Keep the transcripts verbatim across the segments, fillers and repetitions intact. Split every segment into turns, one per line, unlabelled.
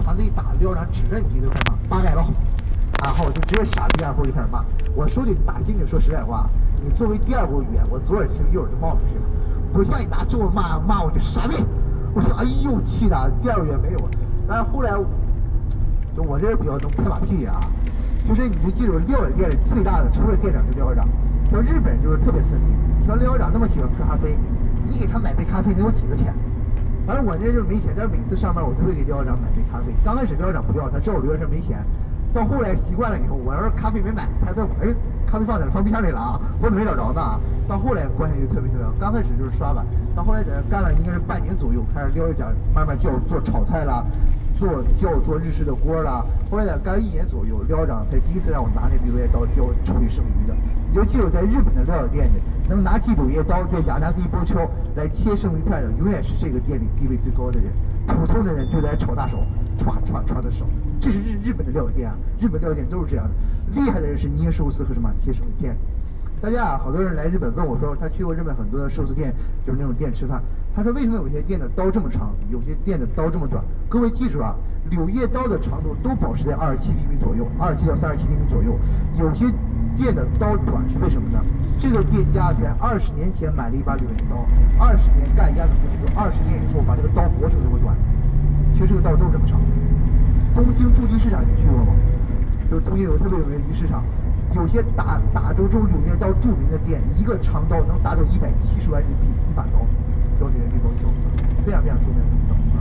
他那一打撂上指着你就开始骂，八改了。然后我就直接傻逼，然后就开始骂。我说的打心里说实在话，你作为第二国语言，我左耳听右耳就冒出去了。不像你拿中文骂骂我就傻逼，我说哎呦气的，第二个语言没有。但是后来就我这人比较能拍马屁啊，就是你就记住廖耳店里最大的除了店长就廖长，说日本人就是特别分明，说廖长那么喜欢喝咖啡，你给他买杯咖啡得有几个钱。反正我这就是没钱，但是每次上班我都会给廖长买杯咖啡。刚开始廖长不要，他知道我留学生没钱。到后来习惯了以后，我要是咖啡没买，他在我哎，咖啡放在放冰箱里了啊，我怎么没找着呢？到后来关系就特别特别好，刚开始就是刷碗，到后来在这干了应该是半年左右，开始撩一点，慢慢叫我做炒菜啦，做叫我做日式的锅啦。后来在干了一年左右，廖长才第一次让我拿那柳叶刀教我处理剩余的。你就记住，在日本的料理店里，能拿起柳叶刀就牙拿第一波敲来切生鱼片的，永远是这个店里地位最高的人。普通的人就在炒大手，歘歘歘的手。这是日日本的料理店啊，日本料理店都是这样的。厉害的人是捏寿司和什么切生鱼片。大家啊，好多人来日本问我说，他去过日本很多的寿司店，就是那种店吃饭。他说为什么有些店的刀这么长，有些店的刀这么短？各位记住啊，柳叶刀的长度都保持在二十七厘米左右，二十七到三十七厘米左右。有些店的刀短是为什么呢？这个店家在二十年前买了一把柳叶刀，二十年干一样的工作，二十年以后把这个刀磨成这么短。其实这个刀都是这么长。东京筑基市场你去过吗？就是东京有个特别有名的鱼市场，有些打打州州柳叶刀著名的店，一个长刀能达到一百七十万日币一把刀，标准人民包销，非常非常著名的刀啊。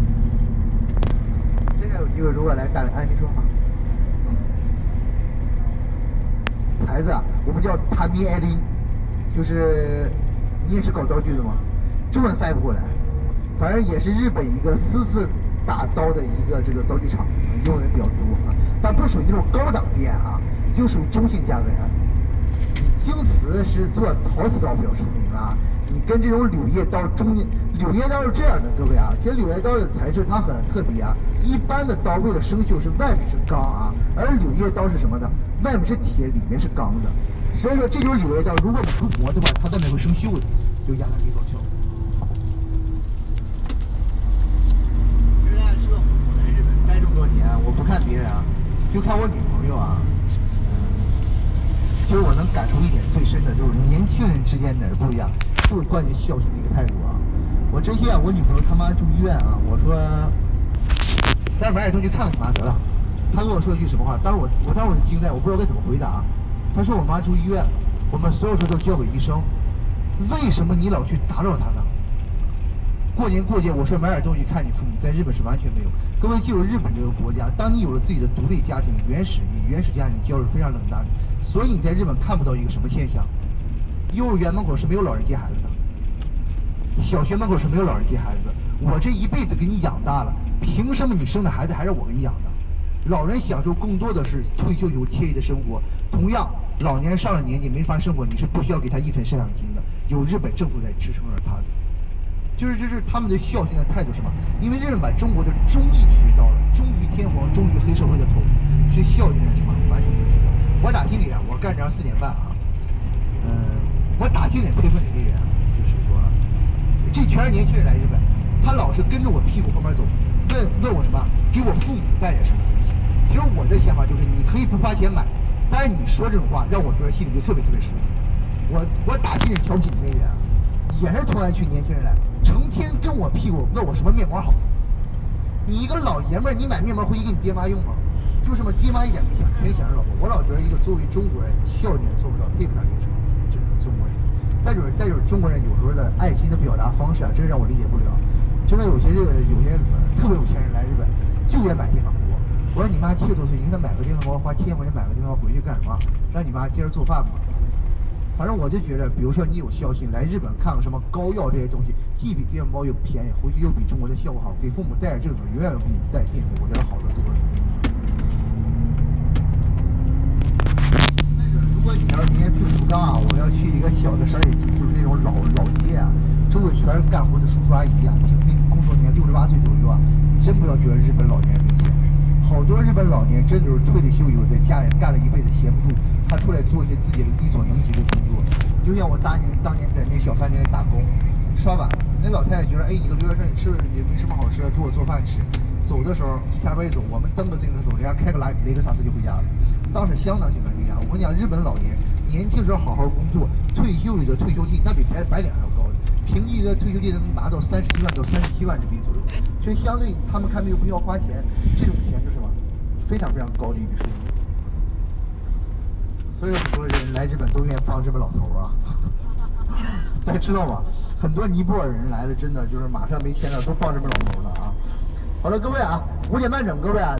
真的有机会如果来干安妮说法，牌子啊，我们叫塔米艾琳，就是你也是搞刀具的吗？中文翻译不过来，反正也是日本一个私自打刀的一个这个刀具厂，英文比较多啊，但不属于那种高档店啊，就属于中性价位啊。你京瓷是做陶瓷刀比较出名啊，你跟这种柳叶刀中间，柳叶刀是这样的，各位啊，其实柳叶刀的材质它很特别啊，一般的刀为了生锈是外面是钢啊，而柳叶刀是什么呢？外面是铁，里面是钢的，所以说这就是柳叶刀，如果你不磨的话，它外面会生锈的，就压在这刀鞘。我不看别人啊，就看我女朋友啊，嗯，就是我能感受一点最深的，就是年轻人之间哪儿不一样，就是关于孝心的一个态度啊。我这些啊，我女朋友他妈住医院啊，我说咱晚点钟去看看你妈得了。她跟我说一句什么话？当时我我当时我就惊呆，我不知道该怎么回答。她说我妈住医院，我们所有事都交给医生，为什么你老去打扰她呢？过年过节，我说买点东西看你父母，在日本是完全没有。各位记住，日本这个国家，当你有了自己的独立家庭，原始与原始家庭交流非常冷淡，所以你在日本看不到一个什么现象：幼儿园门口是没有老人接孩子的，小学门口是没有老人接孩子的。我这一辈子给你养大了，凭什么你生的孩子还是我给你养的？老人享受更多的是退休有惬意的生活。同样，老年人上了年纪没法生活，你是不需要给他一分赡养金的，有日本政府在支撑着他的。就是这是他们的孝心的态度是什么？因为日本把中国的忠义学到了，忠于天皇，忠于黑社会的头，所以孝心是什么？完全不知道。我打听里啊，我干这四点半啊，嗯、呃，我打听里不得问哪个人啊，就是说，这全是年轻人来日本，他老是跟着我屁股后面走，问问我什么？给我父母带点什么东西？其实我的想法就是，你可以不花钱买，但是你说这种话，让我觉得心里就特别特别舒服。我我打听里瞧不起你那人啊。也是同样一群年轻人来，成天跟我屁股问我什么面膜好。你一个老爷们儿，你买面膜回去给你爹妈用吗？就什么爹妈一点没想，全想着老婆。我老觉得一个作为中国人，孝顺做不到，配不上一个什么这个中国人。再就是再就是中国人有时候的爱心的表达方式啊，真是让我理解不了。真的有些日有些特别有钱人来日本，就愿买电饭锅。我说你妈七十多岁，你给她买个电饭锅，花七千块钱买个电饭锅回去干什么？让你妈接着做饭吧。反正我就觉得，比如说你有孝心，来日本看看什么膏药这些东西，既比电饭煲又便宜，回去又比中国的效果好，给父母带点这种，永远都比你带电费，我觉得好得多。但是如果你要今天去福冈啊，我要去一个小的商业街，就是那种老老街啊，周围全是干活的叔叔阿姨啊，平均工作年六十八岁左右啊，真不要觉得日本老年人没钱。好多日本老年真就是退了休以后在家里干了一辈子闲不住，他出来做一些自己力所能及的工作。就像我当年当年在那小饭店里打工，刷碗，那老太太觉得哎，你个留学生你吃也没什么好吃的，给我做饭吃。 走的时候下边一走，我们蹬个自行车走，人家开个雷雷克萨斯就回家了，当时相当相当惊讶。我跟你讲，日本老年年轻时候好好工作，退休里的退休金那比白白领还要高的，平均一个退休金能拿到三十一万到三十七万日币左右，所以相对他们看病不需要花钱，这种钱就是什么，非常非常高的一笔收入。所以很多人来日本都愿意帮日本老头啊，大家知道吗？很多尼泊尔人来了，真的就是马上没钱了，都帮日本老头了啊。好了，各位啊，五点半整，各位啊。